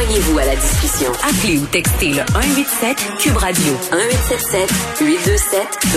Joignez-vous à la discussion. Appelez ou textez le 187 Cube Radio 1877 827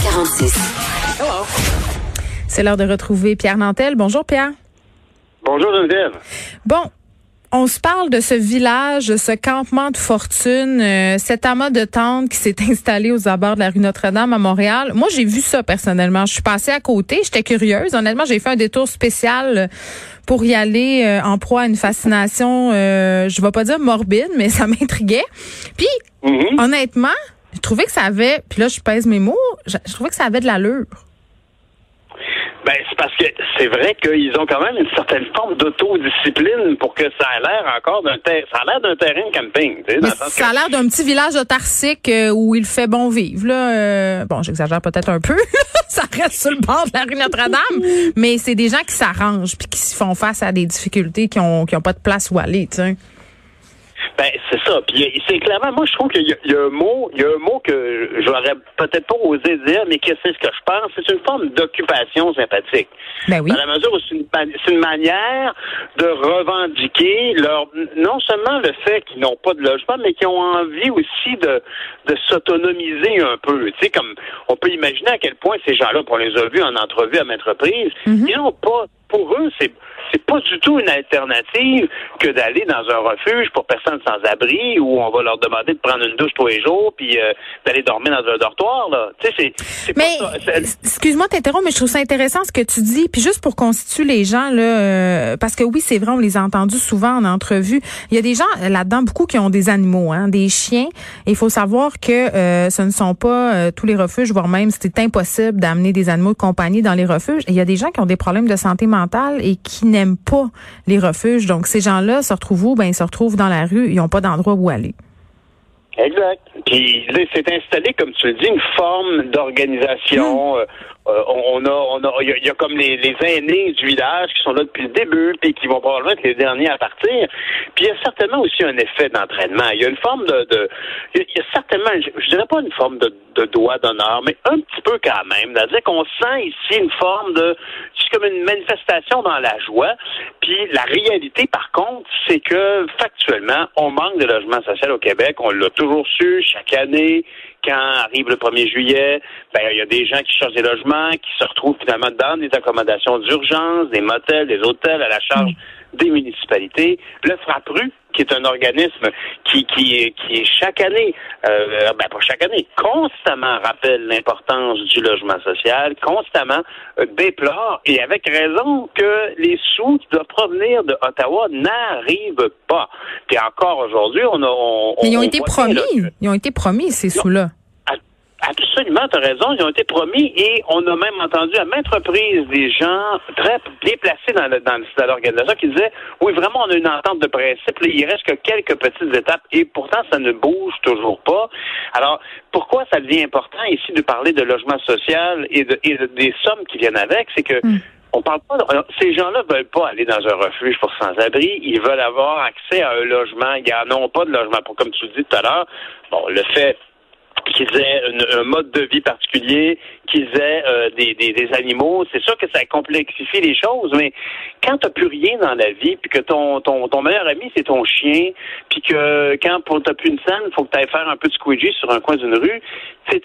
2346. Hello. C'est l'heure de retrouver Pierre Nantel. Bonjour Pierre. Bonjour Geneviève. Bon, on se parle de ce village, de ce campement de fortune, cet amas de tentes qui s'est installé aux abords de la rue Notre-Dame à Montréal. Moi, j'ai vu ça personnellement. Je suis passée à côté, j'étais curieuse. Honnêtement, j'ai fait un détour spécial pour y aller en proie à une fascination, je vais pas dire morbide, mais ça m'intriguait. Puis, honnêtement, je trouvais que ça avait, puis là, je pèse mes mots, je trouvais que ça avait de l'allure. Ben, c'est parce que c'est vrai qu'ils ont quand même une certaine forme d'autodiscipline pour que ça ait l'air encore ça a l'air d'un terrain de camping. Tu sais, dans le sens ça a l'air d'un petit village autarcique où il fait bon vivre. Là, bon, j'exagère peut-être un peu. Ça reste sur le bord de la rue Notre-Dame, mais c'est des gens qui s'arrangent puis qui font face à des difficultés qui ont pas de place où aller, tu sais. Ben, c'est ça. Puis c'est clairement, moi, je trouve qu'il y a un mot que j'aurais peut-être pas osé dire, mais que c'est ce que je pense. C'est une forme d'occupation sympathique. Ben oui. Dans la mesure où c'est une manière de revendiquer non seulement le fait qu'ils n'ont pas de logement, mais qu'ils ont envie aussi de s'autonomiser un peu. Tu sais, comme on peut imaginer à quel point ces gens-là, on les a vus en entrevue à maintes reprises, ils n'ont pas. Pour eux, c'est pas du tout une alternative que d'aller dans un refuge pour personnes sans abri où on va leur demander de prendre une douche tous les jours puis d'aller dormir dans un dortoir, là. Tu sais, c'est mais, pas ça. Excuse-moi de t'interrompre, mais je trouve ça intéressant ce que tu dis. Puis juste pour constituer les gens, là, parce que oui, c'est vrai, on les a entendus souvent en entrevue. Il y a des gens là-dedans, beaucoup qui ont des animaux, des chiens. Et il faut savoir que ce ne sont pas tous les refuges, voire même c'est impossible d'amener des animaux de compagnie dans les refuges. Et il y a des gens qui ont des problèmes de santé mentale et qui n'aiment pas les refuges. Donc, ces gens-là se retrouvent où? Ben, ils se retrouvent dans la rue. Ils n'ont pas d'endroit où aller. Exact. Puis là, c'est installé, comme tu le dis, une forme d'organisation. Il y a comme les aînés du village qui sont là depuis le début puis qui vont probablement être les derniers à partir. Puis il y a certainement aussi un effet d'entraînement. Il y a une forme il y a certainement, je dirais pas une forme de doigt d'honneur, mais un petit peu quand même. C'est-à-dire qu'on sent ici une forme c'est comme une manifestation dans la joie. Puis la réalité, par contre, c'est que factuellement, on manque de logement social au Québec. On l'a toujours su chaque année. Quand arrive le 1er juillet, ben il y a des gens qui cherchent des logements, qui se retrouvent finalement dans des accommodations d'urgence, des motels, des hôtels à la charge des municipalités. Le FRAPRU, qui est un organisme qui chaque année, pas chaque année, constamment rappelle l'importance du logement social, constamment déplore, et avec raison, que les sous qui doivent provenir de Ottawa n'arrivent pas. Puis encore aujourd'hui, Mais ils ont été promis. Ils ont été promis, ces sous-là. Absolument, tu as raison, ils ont été promis et on a même entendu à maintes reprises des gens très bien placés dans l'organisation qui disaient oui, vraiment, on a une entente de principe, là, il reste que quelques petites étapes et pourtant ça ne bouge toujours pas. Alors, pourquoi ça devient important ici de parler de logement social et des sommes qui viennent avec, c'est que on parle pas ces gens-là veulent pas aller dans un refuge pour sans-abri, ils veulent avoir accès à un logement, ils n'en ont pas de logement. Comme tu le dis tout à l'heure, bon, le fait qu'ils aient un mode de vie particulier, qu'ils aient des animaux, c'est sûr que ça complexifie les choses, mais quand t'as plus rien dans la vie, puis que ton meilleur ami, c'est ton chien, puis que quand t'as plus une scène, faut que t'ailles faire un peu de squeegee sur un coin d'une rue, t'es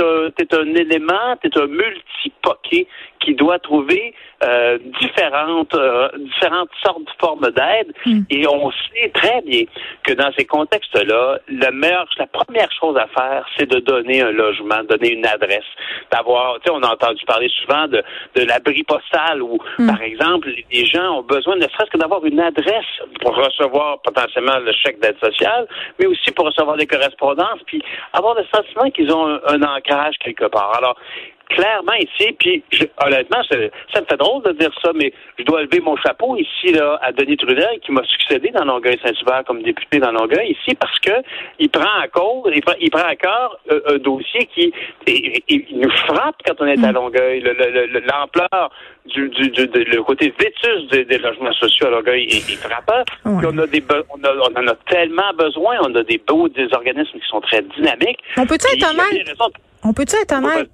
un élément, t'es un multi-poqué qui doit trouver différentes sortes de formes d'aide, et on sait très bien que dans ces contextes-là, la première chose à faire, c'est de donner un logement, donner une adresse, d'avoir, tu sais, on a entendu parler souvent de l'abri postal où, par exemple, les gens ont besoin ne serait-ce que d'avoir une adresse pour recevoir potentiellement le chèque d'aide sociale, mais aussi pour recevoir des correspondances, puis avoir le sentiment qu'ils ont un ancrage quelque part. Alors, clairement ici, puis honnêtement, ça me fait drôle de dire ça, mais je dois lever mon chapeau ici là à Denis Trudel qui m'a succédé dans Longueuil-Saint-Hubert comme député dans Longueuil ici parce que il prend à cœur un dossier qui il nous frappe quand on est à Longueuil. L'ampleur le côté vétus des logements sociaux à Longueuil est frappant. Puis on en a tellement besoin. On a des organismes qui sont très dynamiques. On peut-tu être honnête?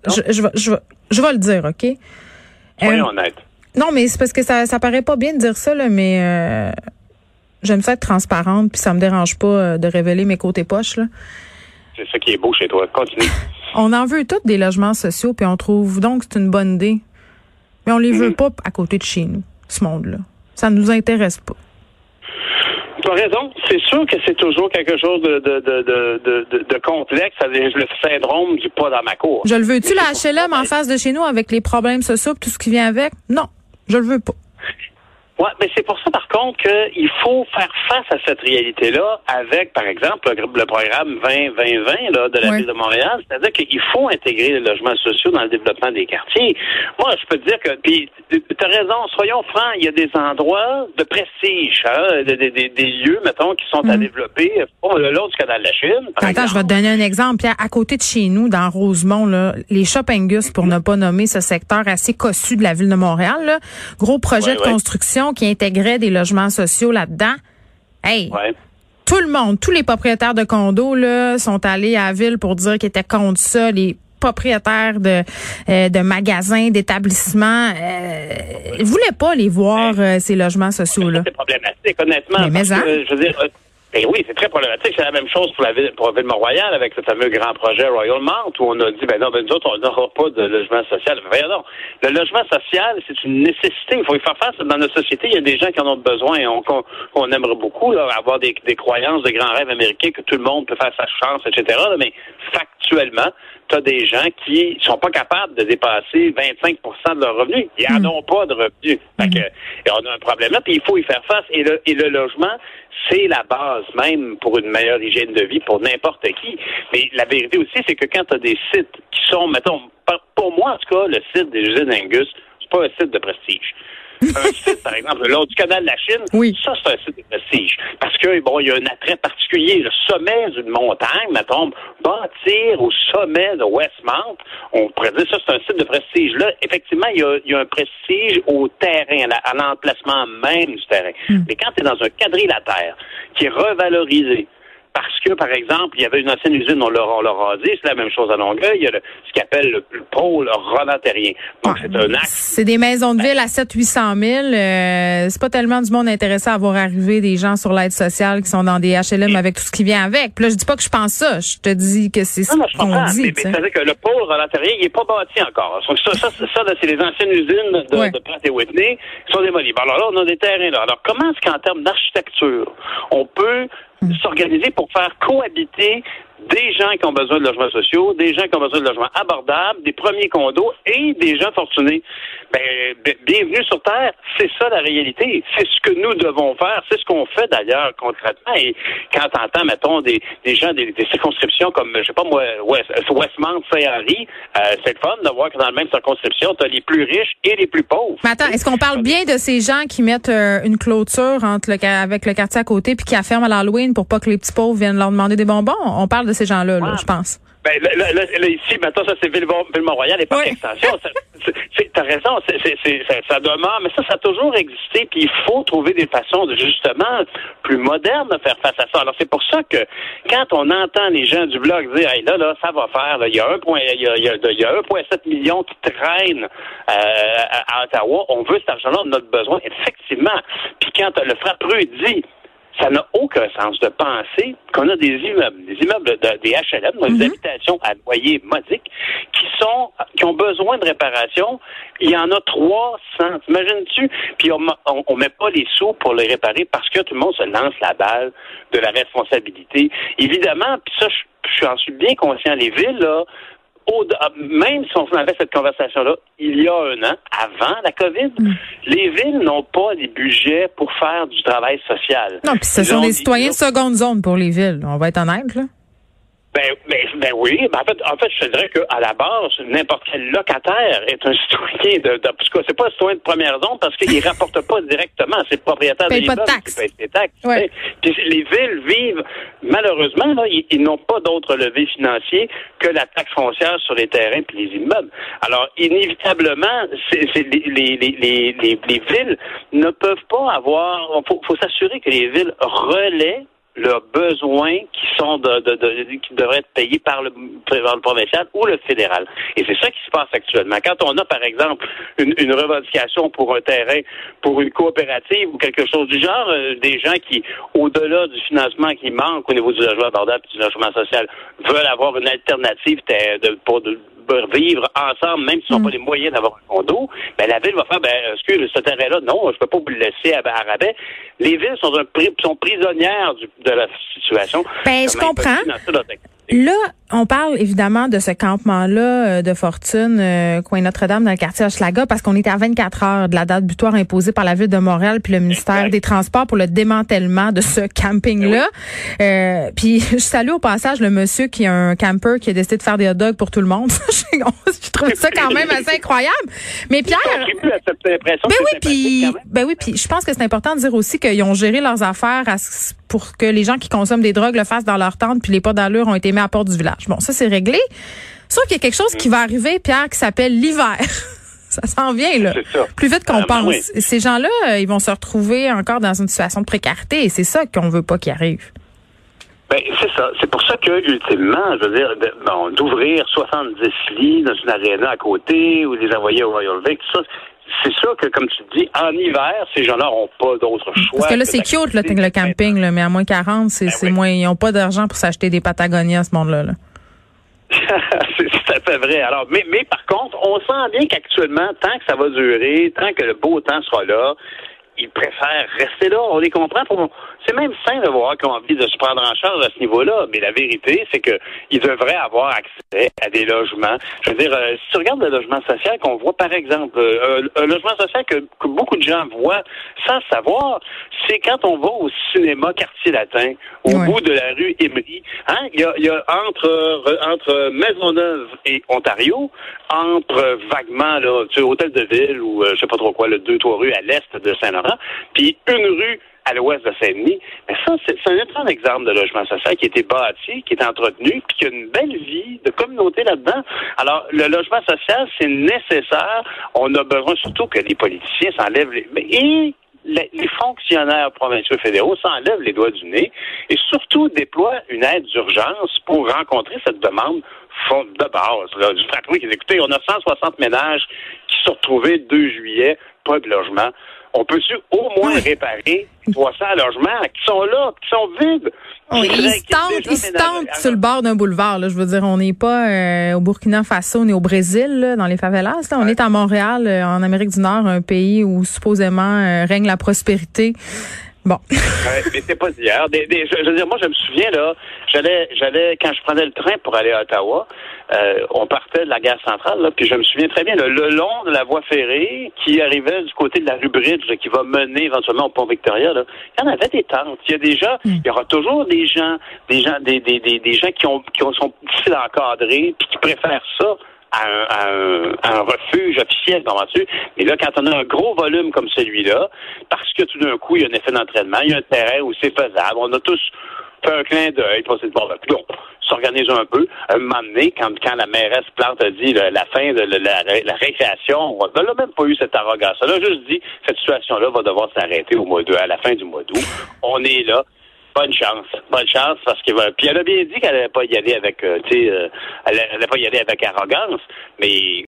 Je vais le dire, OK? Soyons honnêtes. Non, mais c'est parce que ça paraît pas bien de dire ça, là, mais j'aime ça être transparente, puis ça me dérange pas de révéler mes côtés poches, là. C'est ça qui est beau chez toi. Continue. On en veut tous des logements sociaux, puis on trouve donc que c'est une bonne idée. Mais on les veut pas à côté de chez nous, ce monde-là. Ça ne nous intéresse pas. Tu as raison. C'est sûr que c'est toujours quelque chose de complexe. Le syndrome du pas dans ma cour. Je le veux-tu, la HLM en face de chez nous avec les problèmes sociaux et tout ce qui vient avec? Non, je le veux pas. Ouais, mais c'est pour ça, par contre, qu'il faut faire face à cette réalité-là avec, par exemple, le programme 20-20-20 là, de la Ville de Montréal. C'est-à-dire qu'il faut intégrer les logements sociaux dans le développement des quartiers. Moi, je peux te dire que, puis, t'as raison, soyons francs, il y a des endroits de prestige, hein, des lieux, mettons, qui sont à développer. Le long du canal de la Chine, par exemple. Je vais te donner un exemple. Pierre, à côté de chez nous, dans Rosemont, là, les Shop Angus, pour ne pas nommer ce secteur assez cossu de la Ville de Montréal, là, gros projet de construction qui intégrait des logements sociaux là-dedans. Hey, tout le monde, tous les propriétaires de condos là, sont allés à la ville pour dire qu'ils étaient contre ça. Les propriétaires de magasins, d'établissements voulaient pas les voir, ces logements sociaux-là. C'est problématique, honnêtement. Mais je veux dire... Ben oui, c'est très problématique. C'est la même chose pour la ville de Mont-Royal avec ce fameux grand projet Royal Mount où on a dit, nous autres, on n'aura pas de logement social. Voyons donc. Le logement social, c'est une nécessité. Il faut y faire face. Dans notre société, il y a des gens qui en ont besoin. On aimerait beaucoup là, avoir des croyances, des grands rêves américains que tout le monde peut faire sa chance, etc. Là, mais factuellement, tu as des gens qui sont pas capables de dépasser 25% de leurs revenus. Ils n'en ont pas de revenus. Fait que, et on a un problème là, puis il faut y faire face. Et le logement, c'est la base même pour une meilleure hygiène de vie pour n'importe qui. Mais la vérité aussi, c'est que quand tu as des sites qui sont, mettons, pour moi en tout cas, le site des usines Angus, c'est pas un site de prestige. Un site, par exemple, le long du canal de la Chine, ça, c'est un site de prestige. Parce que, il y a un attrait particulier. Le sommet d'une montagne, mettons, bâtir au sommet de Westmount, on pourrait dire ça, c'est un site de prestige. Là, effectivement, il y a un prestige au terrain, à l'emplacement même du terrain. Mais quand tu es dans un quadrilatère qui est revalorisé, parce que, par exemple, il y avait une ancienne usine, on l'a rasé, c'est la même chose à Longueuil, il y a ce qu'on appelle le pôle Roland-Terrien. Donc, c'est un axe. C'est des maisons de ville à 700-800 000. C'est pas tellement du monde intéressé à voir arriver des gens sur l'aide sociale qui sont dans des HLM avec tout ce qui vient avec. Puis là, je dis pas que je pense ça. Je te dis que c'est ce qu'on dit. Mais c'est-à-dire que le pôle Roland-Terrien, il n'est pas bâti encore. Ça, c'est les anciennes usines de Pratt et Whitney qui sont démolies. Alors là, on a des terrains là. Alors, comment est-ce qu'en termes d'architecture, on peut s'organiser pour faire cohabiter des gens qui ont besoin de logements sociaux, des gens qui ont besoin de logements abordables, des premiers condos et des gens fortunés. Bienvenue sur Terre, c'est ça la réalité. C'est ce que nous devons faire, c'est ce qu'on fait d'ailleurs concrètement. Et quand t'entends, mettons, des gens des circonscriptions comme, je sais pas moi, Westmount, Saint-Henri, c'est le fun de voir que dans la même circonscription, t'as les plus riches et les plus pauvres. Mais attends, est-ce qu'on parle bien de ces gens qui mettent une clôture avec le quartier à côté puis qui ferment à l'Halloween pour pas que les petits pauvres viennent leur demander des bonbons? On parle de ces gens-là, je pense. Là, ici, maintenant, ça, c'est Ville-Mont-Royal et Parc Extension. T'as raison, ça demeure, mais ça a toujours existé, puis il faut trouver des façons justement, plus modernes de faire face à ça. Alors, c'est pour ça que, quand on entend les gens du Bloc dire, hey, là, ça va faire, là, il y a 1,7 million qui traînent, à Ottawa, on veut cet argent-là, on en a besoin, effectivement. Puis quand le Frappeux dit, ça n'a aucun sens de penser qu'on a des immeubles des HLM, des habitations à loyer modique, qui ont besoin de réparation. Il y en a 300. T'imagines-tu? Puis on met pas les sous pour les réparer parce que tout le monde se lance la balle de la responsabilité. Évidemment, puis ça, j'en suis bien conscient. Les villes, là, même si on avait cette conversation-là il y a un an, avant la COVID, les villes n'ont pas les budgets pour faire du travail social. Non, puis ce sont des citoyens de seconde zone pour les villes. On va être honnête, là. Ben oui. En fait, je te dirais qu'à la base, n'importe quel locataire est un citoyen parce que c'est pas un citoyen de première zone parce qu'il ne rapporte pas directement. C'est le propriétaire de l'immeuble qui paye ses taxes. Ouais. Puis les villes vivent, malheureusement, là, ils n'ont pas d'autre levier financier que la taxe foncière sur les terrains puis les immeubles. Alors, inévitablement, les villes ne peuvent pas avoir. Faut s'assurer que les villes relaient leurs besoins qui sont qui devraient être payés par le provincial ou le fédéral. Et c'est ça qui se passe actuellement. Quand on a, par exemple, une revendication pour un terrain, pour une coopérative ou quelque chose du genre, des gens qui, au-delà du financement qui manque au niveau du logement abordable et du logement social, veulent avoir une alternative pour vivre ensemble, même s'ils n'ont pas les moyens d'avoir un condo, ben la ville va faire, excuse, ce terrain-là, non, je peux pas vous le laisser à rabais. Les villes sont prisonnières de la situation. Ben, je comprends. Là, on parle évidemment de ce campement-là de fortune, coin Notre-Dame, dans le quartier Hochelaga, parce qu'on est à 24 heures de la date butoir imposée par la Ville de Montréal puis le ministère des Transports pour le démantèlement de ce camping-là. Puis je salue au passage le monsieur qui a un camper qui a décidé de faire des hot dogs pour tout le monde. Je trouve ça quand même assez incroyable. Mais Pierre, puis je pense que c'est important de dire aussi qu'ils ont géré leurs affaires pour que les gens qui consomment des drogues le fassent dans leur tente, puis les pas d'allure ont été mis à la porte du village. Bon, ça c'est réglé. Sauf qu'il y a quelque chose qui va arriver, Pierre, qui s'appelle l'hiver. Ça s'en vient, là. Plus vite qu'on pense. Oui. Ces gens-là, ils vont se retrouver encore dans une situation de précarité et c'est ça qu'on veut pas qu'il arrive. Ben, c'est ça. C'est pour ça que, ultimement, je veux dire, d'ouvrir 70 lits dans une aréna à côté ou les envoyer au Royal Vic, tout ça, c'est sûr que, comme tu dis, en hiver, ces gens-là n'auront pas d'autre choix. Parce que là, c'est cute, le camping, là, mais à moins 40, c'est moins, ils n'ont pas d'argent pour s'acheter des Patagonia, ce monde-là, là. C'est tout à fait vrai. Alors, mais par contre, on sent bien qu'actuellement, tant que ça va durer, tant que le beau temps sera là, ils préfèrent rester là. On les comprend. C'est même sain de voir qu'ils ont envie de se prendre en charge à ce niveau-là. Mais la vérité, c'est que ils devraient avoir accès à des logements. Je veux dire, si tu regardes le logement social qu'on voit, par exemple, un logement social que beaucoup de gens voient sans savoir, c'est quand on va au cinéma Quartier Latin, au bout de la rue Émery. Hein? Il y a entre Maisonneuve et Ontario, entre vaguement, là, tu sais, Hôtel de Ville ou je sais pas trop quoi, le 2-3 rues à l'est de Saint-Laurent, puis une rue à l'ouest de Saint-Denis. Mais ça, c'est un excellent exemple de logement social qui a été bâti, qui est entretenu, puis qui a une belle vie de communauté là-dedans. Alors, le logement social, c'est nécessaire. On a besoin surtout que les politiciens s'enlèvent les fonctionnaires provinciaux fédéraux s'enlèvent les doigts du nez et surtout déploient une aide d'urgence pour rencontrer cette demande de base là, du Frapprouille. Écoutez, on a 160 ménages qui se sont retrouvés 2 juillet, pas de logement. On peut-tu au moins réparer 300 logements qui sont là, qui sont vides? Ils se tentent sur le bord d'un boulevard. Là. Je veux dire, on n'est pas au Burkina Faso, ni au Brésil, là, dans les favelas. Là. On est à Montréal, en Amérique du Nord, un pays où supposément règne la prospérité. Bon. Mais c'est pas d'hier. Je veux dire, moi, je me souviens, là, j'allais quand je prenais le train pour aller à Ottawa, on partait de la gare centrale, là, puis je me souviens très bien, là, le long de la voie ferrée qui arrivait du côté de la rue Bridge, là, qui va mener éventuellement au pont Victoria, là, il y en avait des tentes. Il y a des gens, il y aura toujours des gens qui sont difficiles à encadrer, puis qui préfèrent ça à un refuge officiel, comprends-tu? Mais là, quand on a un gros volume comme celui-là, parce que tout d'un coup, il y a un effet d'entraînement, il y a un terrain où c'est faisable, on a tous fait un clin d'œil, pour se dire, bon, s'organise un peu. Un moment donné, quand la mairesse Plante a dit la fin de la récréation, on n'a même pas eu cette arrogance. Elle a juste dit, cette situation-là va devoir s'arrêter à la fin du mois d'août. On est là. Bonne chance parce que puis elle a bien dit qu'elle n'allait pas y aller avec elle allait pas y aller avec arrogance, mais